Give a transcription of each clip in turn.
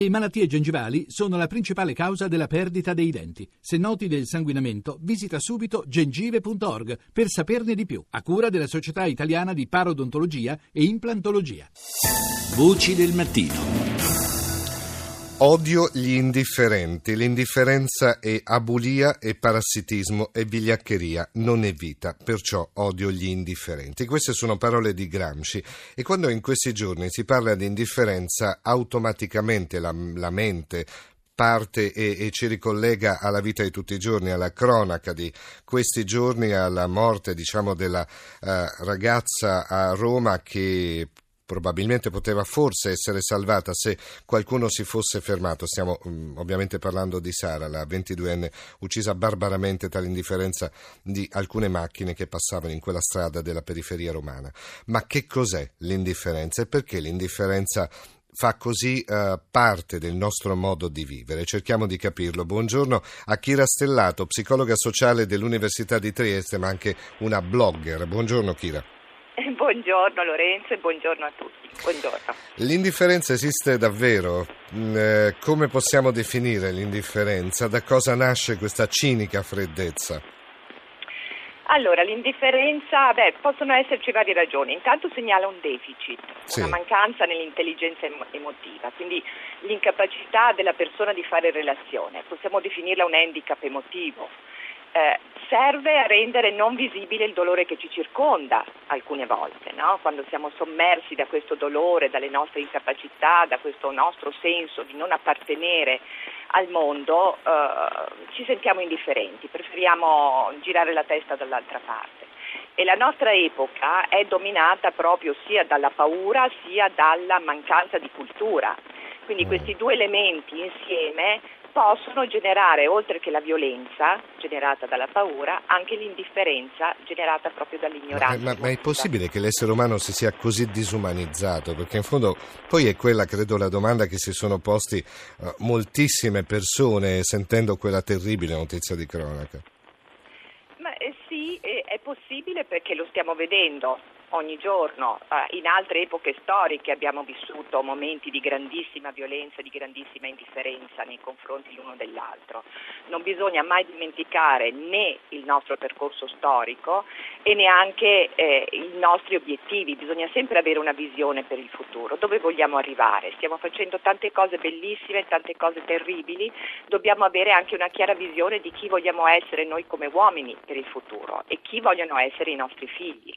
Le malattie gengivali sono la principale causa della perdita dei denti. Se noti del sanguinamento, visita subito gengive.org per saperne di più, a cura della Società Italiana di Parodontologia e Implantologia. Voci del mattino. Odio gli indifferenti. L'indifferenza è abulia, è parassitismo, è vigliaccheria, non è vita. Perciò odio gli indifferenti. Queste sono parole di Gramsci e quando in questi giorni si parla di indifferenza automaticamente la mente parte e ci ricollega alla vita di tutti i giorni, alla cronaca di questi giorni, alla morte della ragazza a Roma che probabilmente poteva forse essere salvata se qualcuno si fosse fermato. Stiamo ovviamente parlando di Sara, la 22enne uccisa barbaramente dall'indifferenza di alcune macchine che passavano in quella strada della periferia romana. Ma che cos'è l'indifferenza e perché l'indifferenza fa così parte del nostro modo di vivere? Cerchiamo di capirlo. Buongiorno a Kira Stellato, psicologa sociale dell'Università di Trieste, ma anche una blogger. Buongiorno Kira. Buongiorno Lorenzo e buongiorno a tutti. Buongiorno. L'indifferenza esiste davvero? Come possiamo definire l'indifferenza? Da cosa nasce questa cinica freddezza? Allora, l'indifferenza, possono esserci varie ragioni. Intanto segnala un deficit, una mancanza nell'intelligenza emotiva, quindi l'incapacità della persona di fare relazione. Possiamo definirla un handicap emotivo. Serve a rendere non visibile il dolore che ci circonda alcune volte, no? Quando siamo sommersi da questo dolore, dalle nostre incapacità, da questo nostro senso di non appartenere al mondo, ci sentiamo indifferenti, preferiamo girare la testa dall'altra parte. E la nostra epoca è dominata proprio sia dalla paura sia dalla mancanza di cultura. Quindi questi due elementi insieme possono generare, oltre che la violenza generata dalla paura, anche l'indifferenza generata proprio dall'ignoranza. Ma è possibile che l'essere umano si sia così disumanizzato? Perché in fondo poi è quella, credo, la domanda che si sono posti moltissime persone sentendo quella terribile notizia di cronaca. Ma sì, è possibile perché lo stiamo vedendo ogni giorno. In altre epoche storiche abbiamo vissuto momenti di grandissima violenza, di grandissima indifferenza nei confronti l'uno dell'altro. Non bisogna mai dimenticare né il nostro percorso storico e neanche i nostri obiettivi. Bisogna sempre avere una visione per il futuro. Dove vogliamo arrivare? Stiamo facendo tante cose bellissime, tante cose terribili. Dobbiamo avere anche una chiara visione di chi vogliamo essere noi come uomini per il futuro e chi vogliono essere i nostri figli.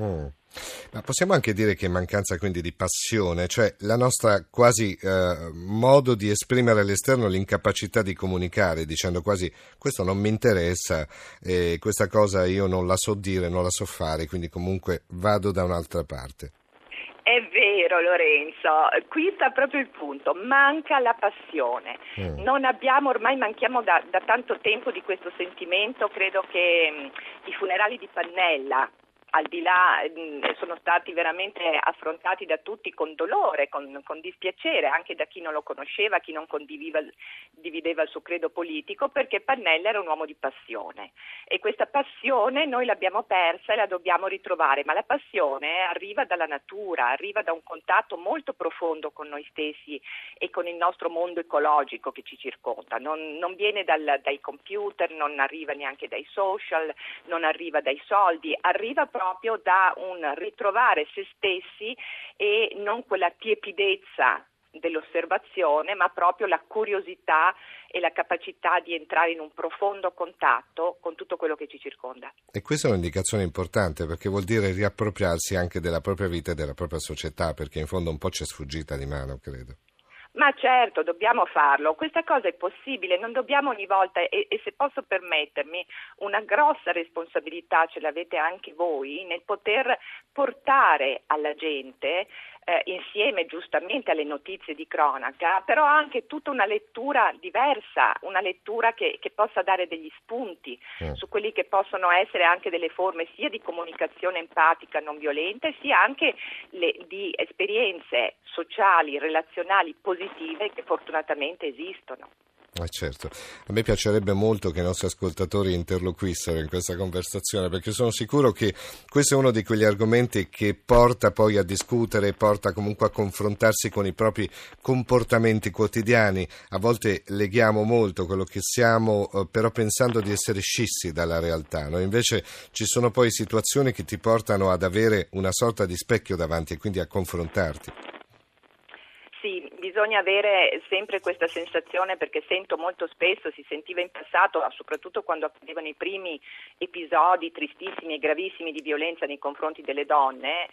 Ma possiamo anche dire che mancanza quindi di passione, cioè la nostra quasi modo di esprimere all'esterno l'incapacità di comunicare, dicendo quasi questo non mi interessa, questa cosa io non la so dire, non la so fare, quindi comunque vado da un'altra parte. È vero Lorenzo, qui sta proprio il punto, manca la passione. Ormai manchiamo da tanto tempo di questo sentimento. Credo che i funerali di Pannella, al di là, sono stati veramente affrontati da tutti con dolore, con dispiacere, anche da chi non lo conosceva, chi non divideva il suo credo politico, perché Pannella era un uomo di passione e questa passione noi l'abbiamo persa e la dobbiamo ritrovare, ma la passione arriva dalla natura, arriva da un contatto molto profondo con noi stessi e con il nostro mondo ecologico che ci circonda, non viene dai computer, non arriva neanche dai social, non arriva dai soldi, arriva proprio da un ritrovare se stessi e non quella tiepidezza dell'osservazione, ma proprio la curiosità e la capacità di entrare in un profondo contatto con tutto quello che ci circonda. E questa è un'indicazione importante perché vuol dire riappropriarsi anche della propria vita e della propria società, perché in fondo un po' ci è sfuggita di mano, credo. Ma certo, dobbiamo farlo, questa cosa è possibile, non dobbiamo ogni volta, e se posso permettermi, una grossa responsabilità ce l'avete anche voi nel poter portare alla gente, insieme giustamente alle notizie di cronaca, però anche tutta una lettura diversa, una lettura che possa dare degli spunti su quelli che possono essere anche delle forme sia di comunicazione empatica non violenta, sia anche di esperienze sociali, relazionali positive che fortunatamente esistono. Certo, a me piacerebbe molto che i nostri ascoltatori interloquissero in questa conversazione, perché sono sicuro che questo è uno di quegli argomenti che porta poi a discutere, porta comunque a confrontarsi con i propri comportamenti quotidiani. A volte leghiamo molto quello che siamo, però pensando di essere scissi dalla realtà, no? Invece ci sono poi situazioni che ti portano ad avere una sorta di specchio davanti e quindi a confrontarti. Sì, bisogna avere sempre questa sensazione, perché sento molto spesso, si sentiva in passato, soprattutto quando accadevano i primi episodi tristissimi e gravissimi di violenza nei confronti delle donne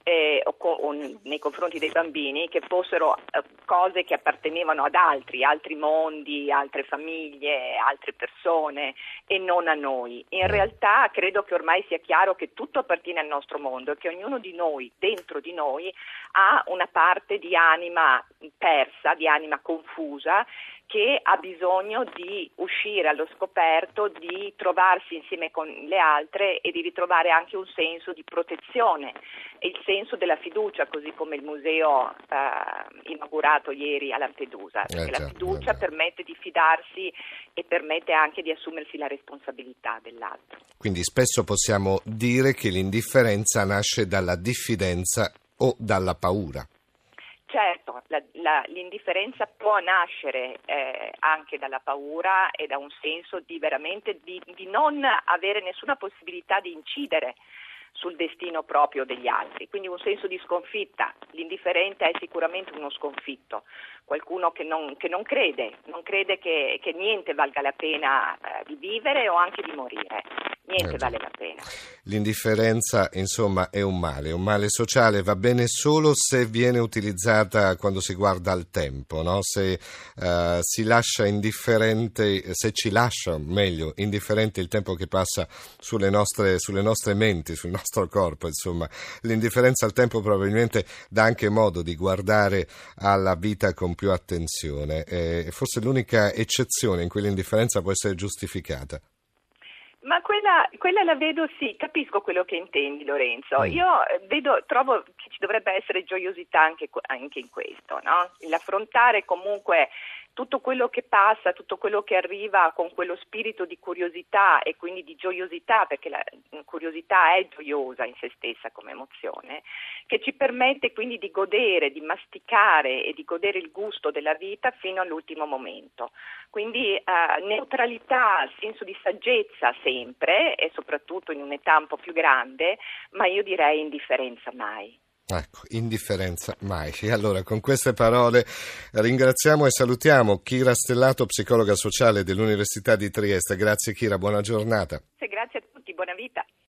o nei confronti dei bambini, che fossero cose che appartenevano ad altri mondi, altre famiglie, altre persone e non a noi. In realtà credo che ormai sia chiaro che tutto appartiene al nostro mondo e che ognuno di noi, dentro di noi, ha una parte di anima persa, di anima confusa, che ha bisogno di uscire allo scoperto, di trovarsi insieme con le altre e di ritrovare anche un senso di protezione e il senso della fiducia, così come il museo inaugurato ieri a Lampedusa, perché la fiducia permette di fidarsi e permette anche di assumersi la responsabilità dell'altro. Quindi spesso possiamo dire che l'indifferenza nasce dalla diffidenza o dalla paura. Certo, l'indifferenza può nascere anche dalla paura e da un senso di veramente di non avere nessuna possibilità di incidere sul destino proprio degli altri, quindi un senso di sconfitta. L'indifferente è sicuramente uno sconfitto, qualcuno che non crede che niente valga la pena di vivere o anche di morire. Niente vale la pena. L'indifferenza, insomma, è un male sociale, va bene solo se viene utilizzata quando si guarda al tempo, no? Se si lascia indifferente, se ci lascia, meglio, indifferente il tempo che passa sulle nostre menti, sul nostro corpo, insomma. L'indifferenza al tempo probabilmente dà anche modo di guardare alla vita con più attenzione. Forse l'unica eccezione in cui l'indifferenza può essere giustificata. Ma quella la vedo, sì, capisco quello che intendi, Lorenzo. Io trovo che ci dovrebbe essere gioiosità anche in questo, no? L'affrontare comunque tutto quello che passa, tutto quello che arriva con quello spirito di curiosità e quindi di gioiosità, perché la curiosità è gioiosa in se stessa come emozione, che ci permette quindi di godere, di masticare e di godere il gusto della vita fino all'ultimo momento. Quindi neutralità, senso di saggezza sempre e soprattutto in un'età un po' più grande, ma io direi indifferenza mai. Ecco, indifferenza mai. E allora con queste parole ringraziamo e salutiamo Kira Stellato, psicologa sociale dell'Università di Trieste. Grazie Kira, buona giornata. Grazie a tutti, buona vita.